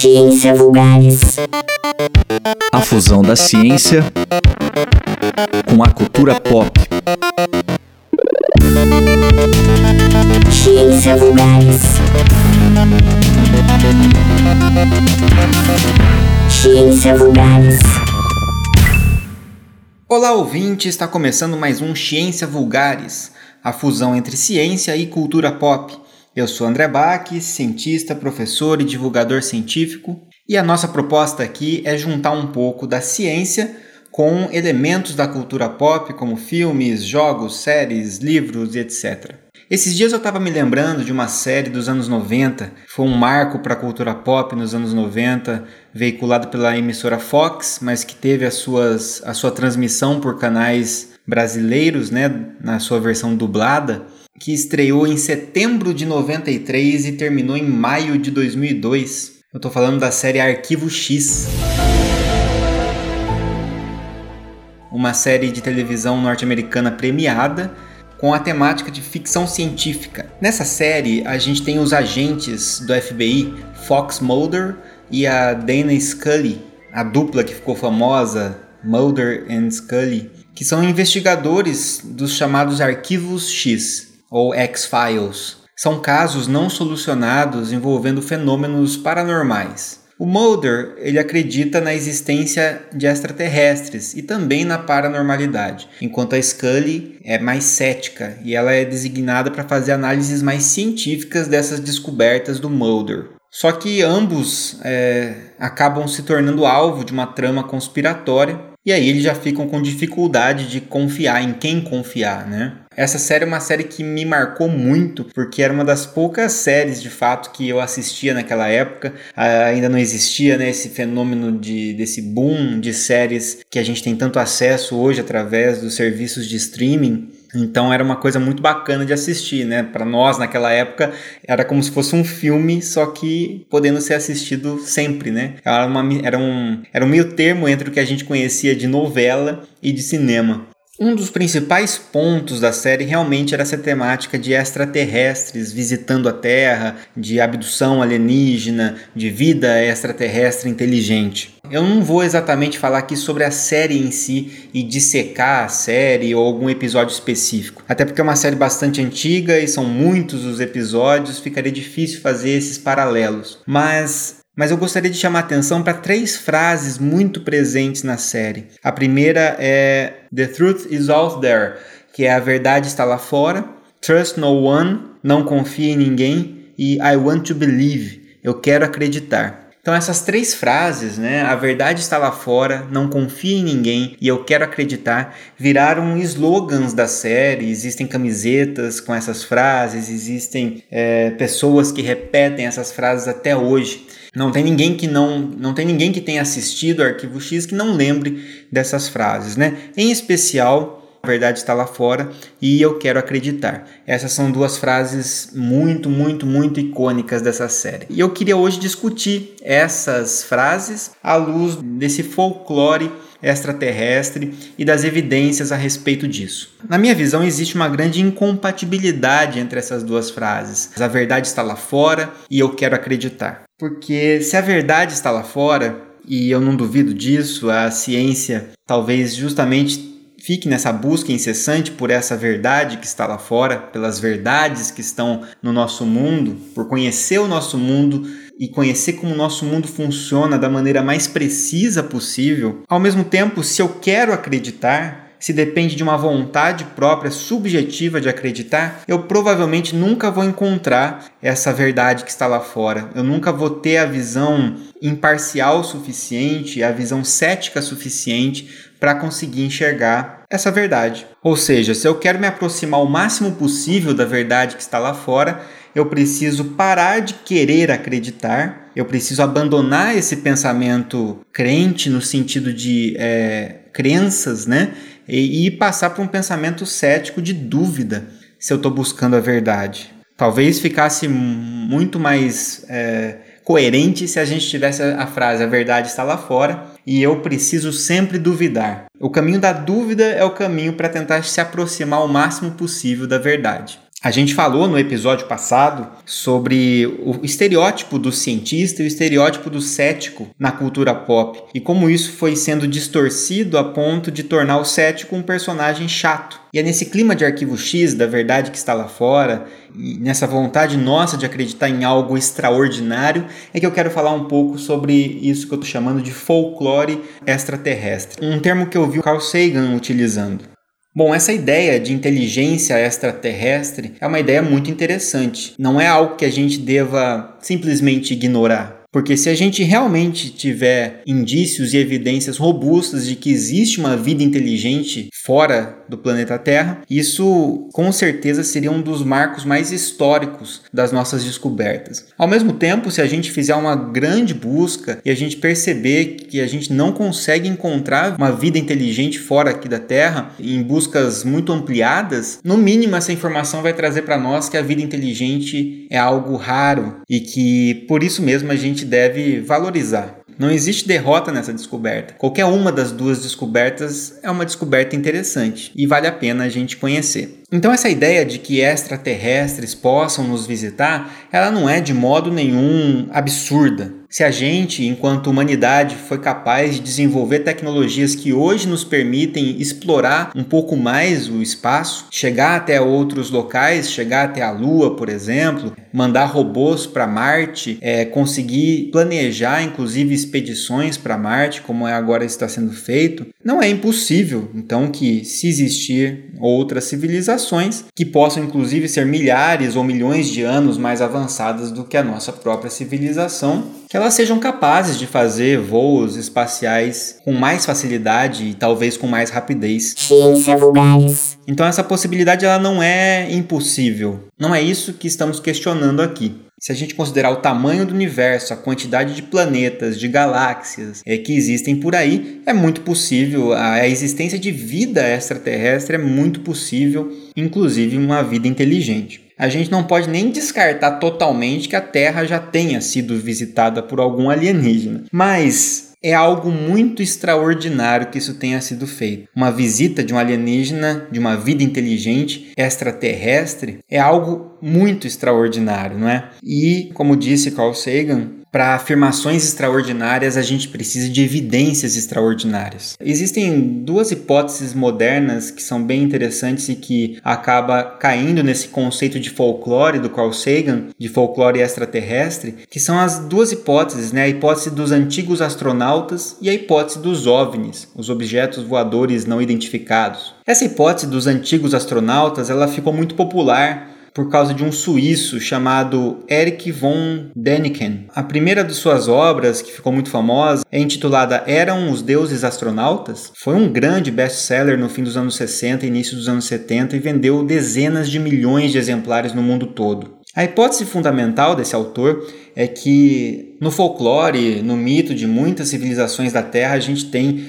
Ciência Vulgares. A fusão da ciência com a cultura pop. Ciência Vulgares. Ciência Vulgares. Olá, ouvinte! Está começando mais um Ciência Vulgares, a fusão entre ciência e cultura pop. Eu sou André Bach, cientista, professor e divulgador científico, e a nossa proposta aqui é juntar um pouco da ciência com elementos da cultura pop, como filmes, jogos, séries, livros e etc. Esses dias eu estava me lembrando de uma série dos anos 90, foi um marco para a cultura pop nos anos 90, veiculado pela emissora Fox, mas que teve a sua transmissão por canais brasileiros, né, na sua versão dublada, que estreou em setembro de 93 e terminou em maio de 2002. Eu estou falando da série Arquivo X. Uma série de televisão norte-americana premiada com a temática de ficção científica. Nessa série, a gente tem os agentes do FBI, Fox Mulder e a Dana Scully, a dupla que ficou famosa, Mulder and Scully, que são investigadores dos chamados Arquivos X, ou X-Files. São casos não solucionados envolvendo fenômenos paranormais. O Mulder, ele acredita na existência de extraterrestres e também na paranormalidade, enquanto a Scully é mais cética e ela é designada para fazer análises mais científicas dessas descobertas do Mulder. Só que ambos acabam se tornando alvo de uma trama conspiratória e aí eles já ficam com dificuldade de confiar em quem confiar, né? Essa série é uma série que me marcou muito, porque era uma das poucas séries, de fato, que eu assistia naquela época. Ainda não existia, né, esse fenômeno desse boom de séries que a gente tem tanto acesso hoje através dos serviços de streaming. Então era uma coisa muito bacana de assistir, né? Para nós, naquela época, era como se fosse um filme, só que podendo ser assistido sempre, né? Era um meio termo entre o que a gente conhecia de novela e de cinema. Um dos principais pontos da série realmente era essa temática de extraterrestres visitando a Terra, de abdução alienígena, de vida extraterrestre inteligente. Eu não vou exatamente falar aqui sobre a série em si e dissecar a série ou algum episódio específico. Até porque é uma série bastante antiga e são muitos os episódios, ficaria difícil fazer esses paralelos. Mas eu gostaria de chamar a atenção para 3 frases muito presentes na série. A primeira é "The truth is out there", que é "a verdade está lá fora", "Trust no one", "não confie em ninguém", e "I want to believe", eu quero acreditar. Então essas 3 frases, né, "a verdade está lá fora", "não confie em ninguém" e "eu quero acreditar", viraram slogans da série. Existem camisetas com essas frases, existem pessoas que repetem essas frases até hoje. Não tem ninguém que tenha assistido Arquivo X que não lembre dessas frases, né? Em especial, "a verdade está lá fora" e "eu quero acreditar". Essas são 2 frases muito, muito, muito icônicas dessa série. E eu queria hoje discutir essas frases à luz desse folclore extraterrestre e das evidências a respeito disso. Na minha visão, existe uma grande incompatibilidade entre essas 2 frases. "A verdade está lá fora" e "eu quero acreditar". Porque se a verdade está lá fora, e eu não duvido disso, a ciência talvez justamente fique nessa busca incessante por essa verdade que está lá fora, pelas verdades que estão no nosso mundo, por conhecer o nosso mundo e conhecer como o nosso mundo funciona da maneira mais precisa possível. Ao mesmo tempo, se eu quero acreditar, se depende de uma vontade própria, subjetiva de acreditar, eu provavelmente nunca vou encontrar essa verdade que está lá fora. Eu nunca vou ter a visão imparcial suficiente, a visão cética suficiente para conseguir enxergar essa verdade. Ou seja, se eu quero me aproximar o máximo possível da verdade que está lá fora, eu preciso parar de querer acreditar, eu preciso abandonar esse pensamento crente no sentido de crenças, né? E passar para um pensamento cético de dúvida se eu estou buscando a verdade. Talvez ficasse muito mais coerente se a gente tivesse a frase "a verdade está lá fora" e "eu preciso sempre duvidar". O caminho da dúvida é o caminho para tentar se aproximar o máximo possível da verdade. A gente falou no episódio passado sobre o estereótipo do cientista e o estereótipo do cético na cultura pop e como isso foi sendo distorcido a ponto de tornar o cético um personagem chato. E é nesse clima de Arquivo X, da verdade que está lá fora, e nessa vontade nossa de acreditar em algo extraordinário, é que eu quero falar um pouco sobre isso que eu estou chamando de folclore extraterrestre. Um termo que eu vi o Carl Sagan utilizando. Bom, essa ideia de inteligência extraterrestre é uma ideia muito interessante. Não é algo que a gente deva simplesmente ignorar. Porque se a gente realmente tiver indícios e evidências robustas de que existe uma vida inteligente fora do planeta Terra, isso com certeza seria um dos marcos mais históricos das nossas descobertas. Ao mesmo tempo, se a gente fizer uma grande busca e a gente perceber que a gente não consegue encontrar uma vida inteligente fora aqui da Terra, em buscas muito ampliadas, no mínimo essa informação vai trazer para nós que a vida inteligente é algo raro e que por isso mesmo a gente deve valorizar. Não existe derrota nessa descoberta. Qualquer uma das duas descobertas é uma descoberta interessante e vale a pena a gente conhecer. Então essa ideia de que extraterrestres possam nos visitar, ela não é de modo nenhum absurda. Se a gente, enquanto humanidade, foi capaz de desenvolver tecnologias que hoje nos permitem explorar um pouco mais o espaço, chegar até outros locais, chegar até a Lua, por exemplo, mandar robôs para Marte, conseguir planejar, inclusive, expedições para Marte, como agora está sendo feito, não é impossível, então, que se existir outras civilizações que possam, inclusive, ser milhares ou milhões de anos mais avançadas do que a nossa própria civilização, que elas sejam capazes de fazer voos espaciais com mais facilidade e talvez com mais rapidez. Ciência Vulgares. Então essa possibilidade ela não é impossível. Não é isso que estamos questionando aqui. Se a gente considerar o tamanho do universo, a quantidade de planetas, de galáxias que existem por aí, é muito possível. A existência de vida extraterrestre é muito possível, inclusive uma vida inteligente. A gente não pode nem descartar totalmente que a Terra já tenha sido visitada por algum alienígena. Mas é algo muito extraordinário que isso tenha sido feito. Uma visita de um alienígena, de uma vida inteligente, extraterrestre, é algo muito extraordinário, não é? E, como disse Carl Sagan, para afirmações extraordinárias, a gente precisa de evidências extraordinárias. Existem duas hipóteses modernas que são bem interessantes e que acaba caindo nesse conceito de folclore do Carl Sagan, de folclore extraterrestre, que são as duas hipóteses, né? A hipótese dos antigos astronautas e a hipótese dos OVNIs, os objetos voadores não identificados. Essa hipótese dos antigos astronautas, ela ficou muito popular por causa de um suíço chamado Erich von Däniken. A primeira de suas obras, que ficou muito famosa, é intitulada Eram os Deuses Astronautas? Foi um grande best-seller no fim dos anos 60 e início dos anos 70 e vendeu dezenas de milhões de exemplares no mundo todo. A hipótese fundamental desse autor é que no folclore, no mito de muitas civilizações da Terra, a gente tem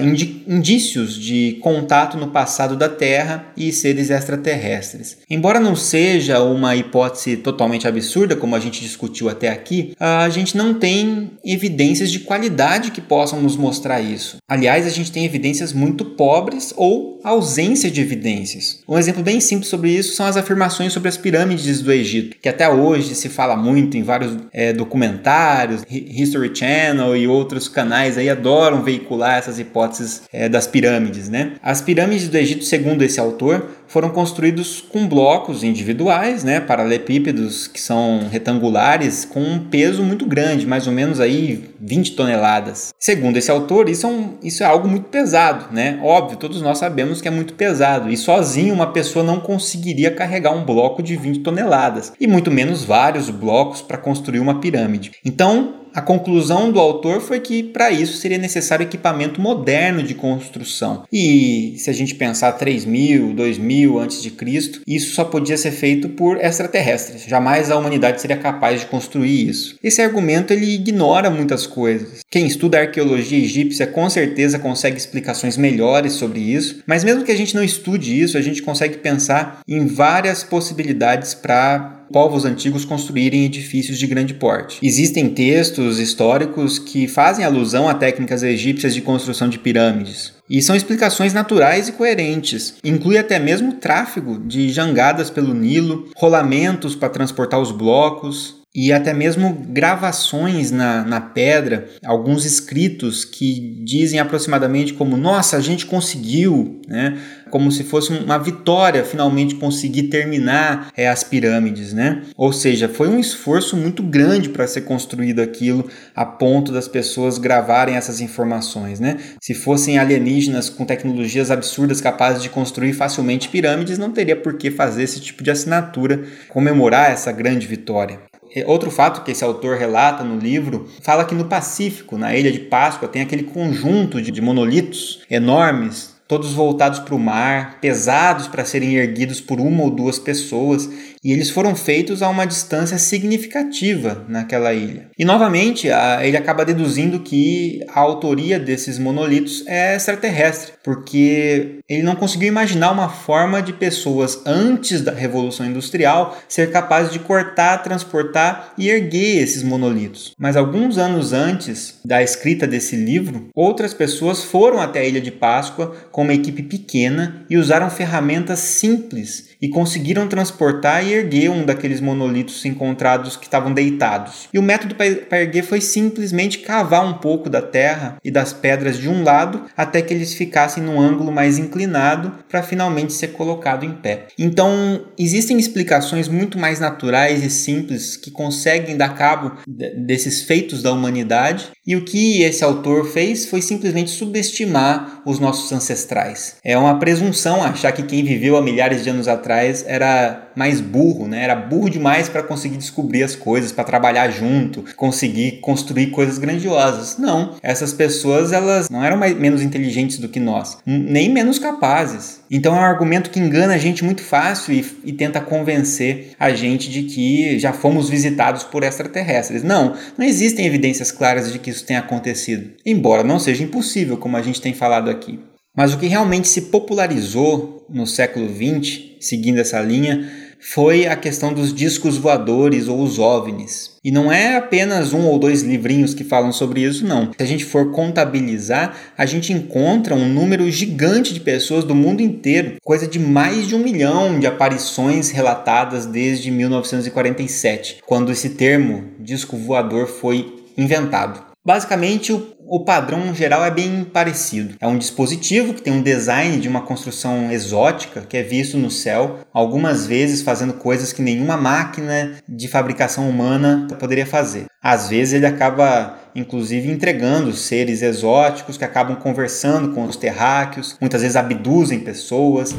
indícios de contato no passado da Terra e seres extraterrestres. Embora não seja uma hipótese totalmente absurda, como a gente discutiu até aqui, a gente não tem evidências de qualidade que possam nos mostrar isso. Aliás, a gente tem evidências muito pobres ou ausência de evidências. Um exemplo bem simples sobre isso são as afirmações sobre as pirâmides do Egito, que até hoje se fala muito em vários documentários, History Channel e outros canais aí adoram veicular essas hipóteses das pirâmides, né? As pirâmides do Egito, segundo esse autor, foram construídos com blocos individuais, né, paralelepípedos que são retangulares com um peso muito grande, mais ou menos aí 20 toneladas. Segundo esse autor, isso é algo muito pesado, né? Óbvio, todos nós sabemos que é muito pesado e sozinho uma pessoa não conseguiria carregar um bloco de 20 toneladas e muito menos vários blocos para construir uma pirâmide. Então, a conclusão do autor foi que para isso seria necessário equipamento moderno de construção. E se a gente pensar 3.000, 2.000 a.C., isso só podia ser feito por extraterrestres. Jamais a humanidade seria capaz de construir isso. Esse argumento ele ignora muitas coisas. Quem estuda a arqueologia egípcia com certeza consegue explicações melhores sobre isso, mas mesmo que a gente não estude isso, a gente consegue pensar em várias possibilidades para povos antigos construírem edifícios de grande porte. Existem textos históricos que fazem alusão a técnicas egípcias de construção de pirâmides. E são explicações naturais e coerentes. Inclui até mesmo o tráfego de jangadas pelo Nilo, rolamentos para transportar os blocos e até mesmo gravações na pedra, alguns escritos que dizem aproximadamente como "Nossa, a gente conseguiu", né? Como se fosse uma vitória finalmente conseguir terminar as pirâmides, né? Ou seja, foi um esforço muito grande para ser construído aquilo a ponto das pessoas gravarem essas informações, né? Se fossem alienígenas com tecnologias absurdas capazes de construir facilmente pirâmides, não teria por que fazer esse tipo de assinatura, comemorar essa grande vitória. Outro fato que esse autor relata no livro fala que no Pacífico, na Ilha de Páscoa, tem aquele conjunto de monolitos enormes, todos voltados para o mar, pesados para serem erguidos por uma ou duas pessoas, e eles foram feitos a uma distância significativa naquela ilha. E novamente, ele acaba deduzindo que a autoria desses monolitos é extraterrestre, porque ele não conseguiu imaginar uma forma de pessoas antes da Revolução Industrial ser capazes de cortar, transportar e erguer esses monolitos. Mas alguns anos antes da escrita desse livro, outras pessoas foram até a Ilha de Páscoa com uma equipe pequena e usaram ferramentas simples e conseguiram transportar e erguer um daqueles monolitos encontrados que estavam deitados. E o método para erguer foi simplesmente cavar um pouco da terra e das pedras de um lado até que eles ficassem num ângulo mais inclinado para finalmente ser colocado em pé. Então, existem explicações muito mais naturais e simples que conseguem dar cabo desses feitos da humanidade, e o que esse autor fez foi simplesmente subestimar os nossos ancestrais. É uma presunção achar que quem viveu há milhares de anos atrás era mais burro, né? Era burro demais para conseguir descobrir as coisas, para trabalhar junto, conseguir construir coisas grandiosas. Não, essas pessoas elas não eram menos inteligentes do que nós, nem menos capazes. Então é um argumento que engana a gente muito fácil e tenta convencer a gente de que já fomos visitados por extraterrestres. Não existem evidências claras de que isso tenha acontecido, embora não seja impossível, como a gente tem falado aqui. Mas o que realmente se popularizou no século XX, seguindo essa linha, foi a questão dos discos voadores ou os OVNIs. E não é apenas um ou dois livrinhos que falam sobre isso, não. Se a gente for contabilizar, a gente encontra um número gigante de pessoas do mundo inteiro, coisa de mais de 1 milhão de aparições relatadas desde 1947, quando esse termo disco voador foi inventado. Basicamente, o padrão geral é bem parecido. É um dispositivo que tem um design de uma construção exótica que é visto no céu, algumas vezes fazendo coisas que nenhuma máquina de fabricação humana poderia fazer. Às vezes ele acaba, inclusive, entregando seres exóticos que acabam conversando com os terráqueos, muitas vezes abduzem pessoas.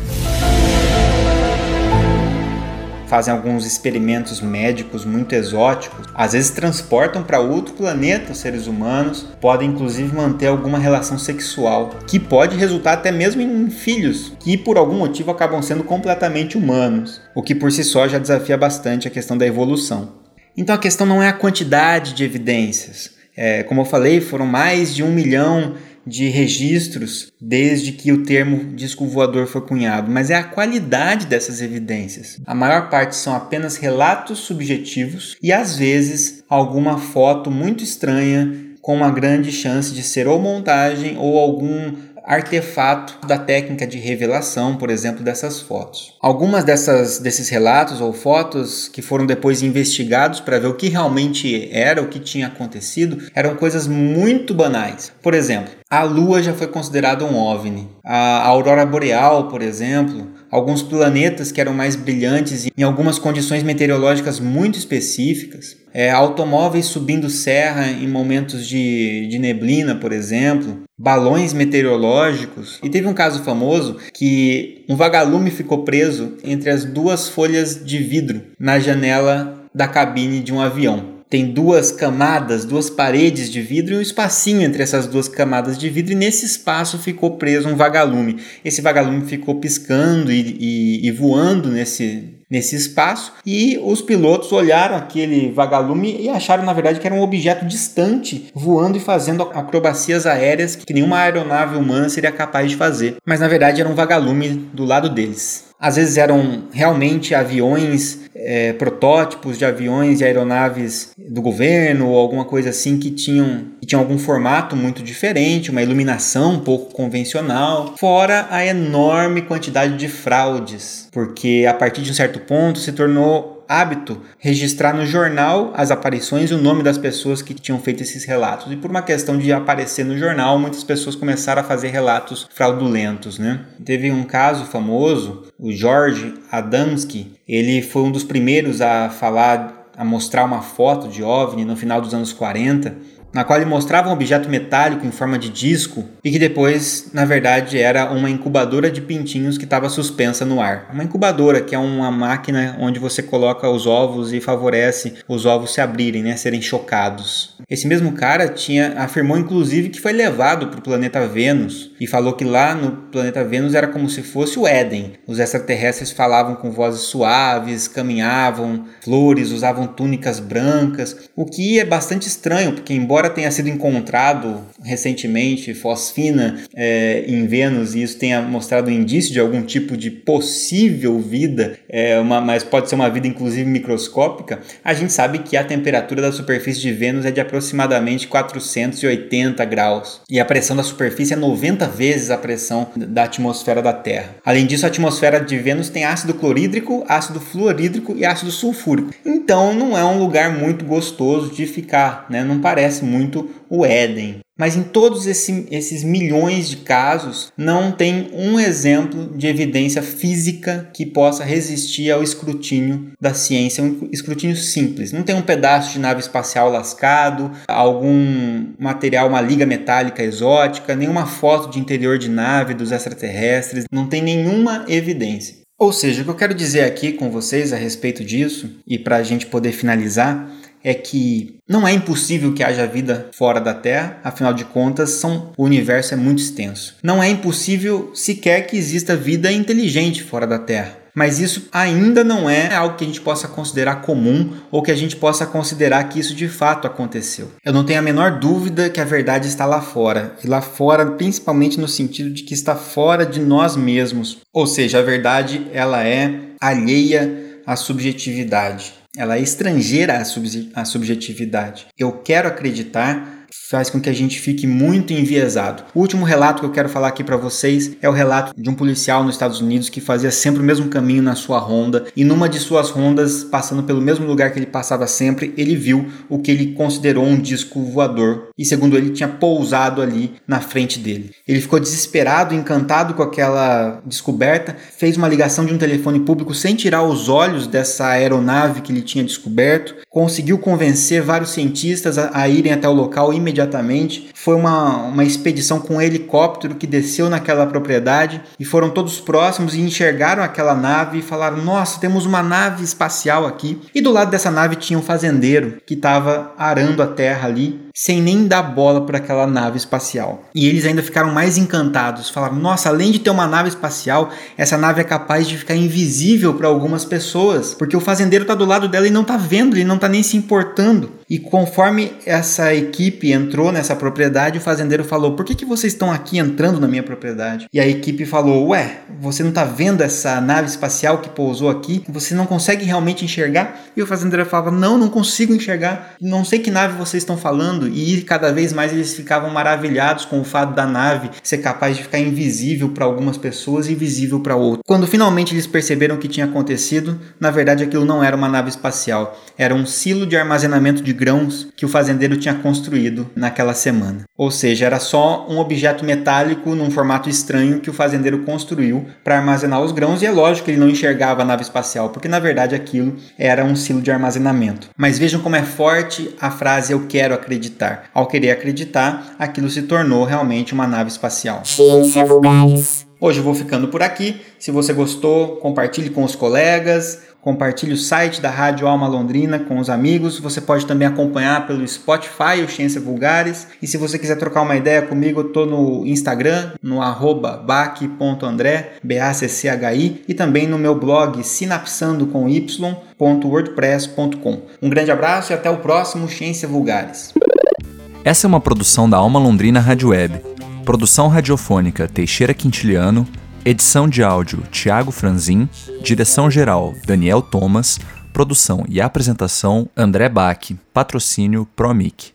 Fazem alguns experimentos médicos muito exóticos, às vezes transportam para outro planeta os seres humanos, podem inclusive manter alguma relação sexual, que pode resultar até mesmo em filhos, que por algum motivo acabam sendo completamente humanos, o que por si só já desafia bastante a questão da evolução. Então a questão não é a quantidade de evidências. Como eu falei, foram mais de 1 milhão de registros desde que o termo disco voador foi cunhado, mas é a qualidade dessas evidências. A maior parte são apenas relatos subjetivos e às vezes alguma foto muito estranha com uma grande chance de ser ou montagem ou algum artefato da técnica de revelação, por exemplo, dessas fotos. Algumas desses relatos ou fotos que foram depois investigados para ver o que realmente era, o que tinha acontecido, eram coisas muito banais. Por exemplo, a Lua já foi considerada um OVNI. A aurora boreal, por exemplo, alguns planetas que eram mais brilhantes em algumas condições meteorológicas muito específicas, automóveis subindo serra em momentos de neblina, por exemplo, balões meteorológicos. E teve um caso famoso que um vagalume ficou preso entre as duas folhas de vidro na janela da cabine de um avião. Tem 2 camadas, 2 paredes de vidro e um espacinho entre essas 2 camadas de vidro, e nesse espaço ficou preso um vagalume. Esse vagalume ficou piscando e voando nesse espaço, e os pilotos olharam aquele vagalume e acharam, na verdade, que era um objeto distante voando e fazendo acrobacias aéreas que nenhuma aeronave humana seria capaz de fazer. Mas, na verdade, era um vagalume do lado deles. Às vezes eram realmente aviões protótipos de aviões e aeronaves do governo ou alguma coisa assim que tinham algum formato muito diferente, uma iluminação um pouco convencional, fora a enorme quantidade de fraudes, porque a partir de um certo ponto se tornou hábito registrar no jornal as aparições e o nome das pessoas que tinham feito esses relatos. E por uma questão de aparecer no jornal, muitas pessoas começaram a fazer relatos fraudulentos, né? Teve um caso famoso, o George Adamski, ele foi um dos primeiros a mostrar uma foto de OVNI no final dos anos 40, na qual ele mostrava um objeto metálico em forma de disco e que depois, na verdade, era uma incubadora de pintinhos que estava suspensa no ar. Uma incubadora, que é uma máquina onde você coloca os ovos e favorece os ovos se abrirem, né, serem chocados. Esse mesmo cara afirmou, inclusive, que foi levado para o planeta Vênus e falou que lá no planeta Vênus era como se fosse o Éden. Os extraterrestres falavam com vozes suaves, caminhavam, flores, usavam túnicas brancas, o que é bastante estranho, porque embora tenha sido encontrado recentemente fosfina em Vênus e isso tenha mostrado um indício de algum tipo de possível vida, mas pode ser uma vida inclusive microscópica, a gente sabe que a temperatura da superfície de Vênus é de aproximadamente 480 graus e a pressão da superfície é 90 vezes a pressão da atmosfera da Terra. Além disso, a atmosfera de Vênus tem ácido clorídrico, ácido fluorídrico e ácido sulfúrico. Então não é um lugar muito gostoso de ficar, né? Não parece muito o Éden. Mas em todos esses milhões de casos, não tem um exemplo de evidência física que possa resistir ao escrutínio da ciência, um escrutínio simples. Não tem um pedaço de nave espacial lascado, algum material, uma liga metálica exótica, nenhuma foto de interior de nave dos extraterrestres, não tem nenhuma evidência. Ou seja, o que eu quero dizer aqui com vocês a respeito disso, e para a gente poder finalizar, é que não é impossível que haja vida fora da Terra, afinal de contas, o universo é muito extenso. Não é impossível sequer que exista vida inteligente fora da Terra. Mas isso ainda não é algo que a gente possa considerar comum ou que a gente possa considerar que isso de fato aconteceu. Eu não tenho a menor dúvida que a verdade está lá fora. E lá fora, principalmente no sentido de que está fora de nós mesmos. Ou seja, a verdade ela é alheia à subjetividade. Ela é estrangeira à subjetividade. Eu quero acreditar faz com que a gente fique muito enviesado. O último relato que eu quero falar aqui para vocês é o relato de um policial nos Estados Unidos que fazia sempre o mesmo caminho na sua Honda e numa de suas Hondas, passando pelo mesmo lugar que ele passava sempre, ele viu o que ele considerou um disco voador e, segundo ele, tinha pousado ali na frente dele. Ele ficou desesperado, encantado com aquela descoberta, fez uma ligação de um telefone público sem tirar os olhos dessa aeronave que ele tinha descoberto, conseguiu convencer vários cientistas a irem até o local imediatamente. Foi uma expedição com um helicóptero que desceu naquela propriedade e foram todos próximos e enxergaram aquela nave e falaram: nossa, temos uma nave espacial aqui. E do lado dessa nave tinha um fazendeiro que estava arando a terra ali, sem nem dar bola para aquela nave espacial. E eles ainda ficaram mais encantados, falaram: nossa, além de ter uma nave espacial, essa nave é capaz de ficar invisível para algumas pessoas, porque o fazendeiro está do lado dela e não está vendo, ele não está nem se importando. E conforme essa equipe entrou nessa propriedade, o fazendeiro falou: por que vocês estão aqui entrando na minha propriedade? E a equipe falou: ué, você não está vendo essa nave espacial que pousou aqui? Você não consegue realmente enxergar? E o fazendeiro falava: não consigo enxergar, não sei que nave vocês estão falando. E cada vez mais eles ficavam maravilhados com o fato da nave ser capaz de ficar invisível para algumas pessoas e visível para outras. Quando finalmente eles perceberam o que tinha acontecido, na verdade aquilo não era uma nave espacial, era um silo de armazenamento de grãos que o fazendeiro tinha construído naquela semana. Ou seja, era só um objeto metálico num formato estranho que o fazendeiro construiu para armazenar os grãos, e é lógico que ele não enxergava a nave espacial, porque na verdade aquilo era um silo de armazenamento. Mas vejam como é forte a frase "eu quero acreditar". Ao querer acreditar, aquilo se tornou realmente uma nave espacial. Ciência Vulgares. Hoje eu vou ficando por aqui. Se você gostou, compartilhe com os colegas, compartilhe o site da Rádio Alma Londrina com os amigos. Você pode também acompanhar pelo Spotify o Ciência Vulgares. E se você quiser trocar uma ideia comigo, eu estou no Instagram, no @bac.andré, BACCHI, e também no meu blog sinapsando.wordpress.com. Um grande abraço e até o próximo Ciência Vulgares. Essa é uma produção da Alma Londrina Rádio Web. Produção radiofônica Teixeira Quintiliano. Edição de áudio Tiago Franzin. Direção-geral Daniel Thomas. produção e apresentação André Bach, patrocínio Promic.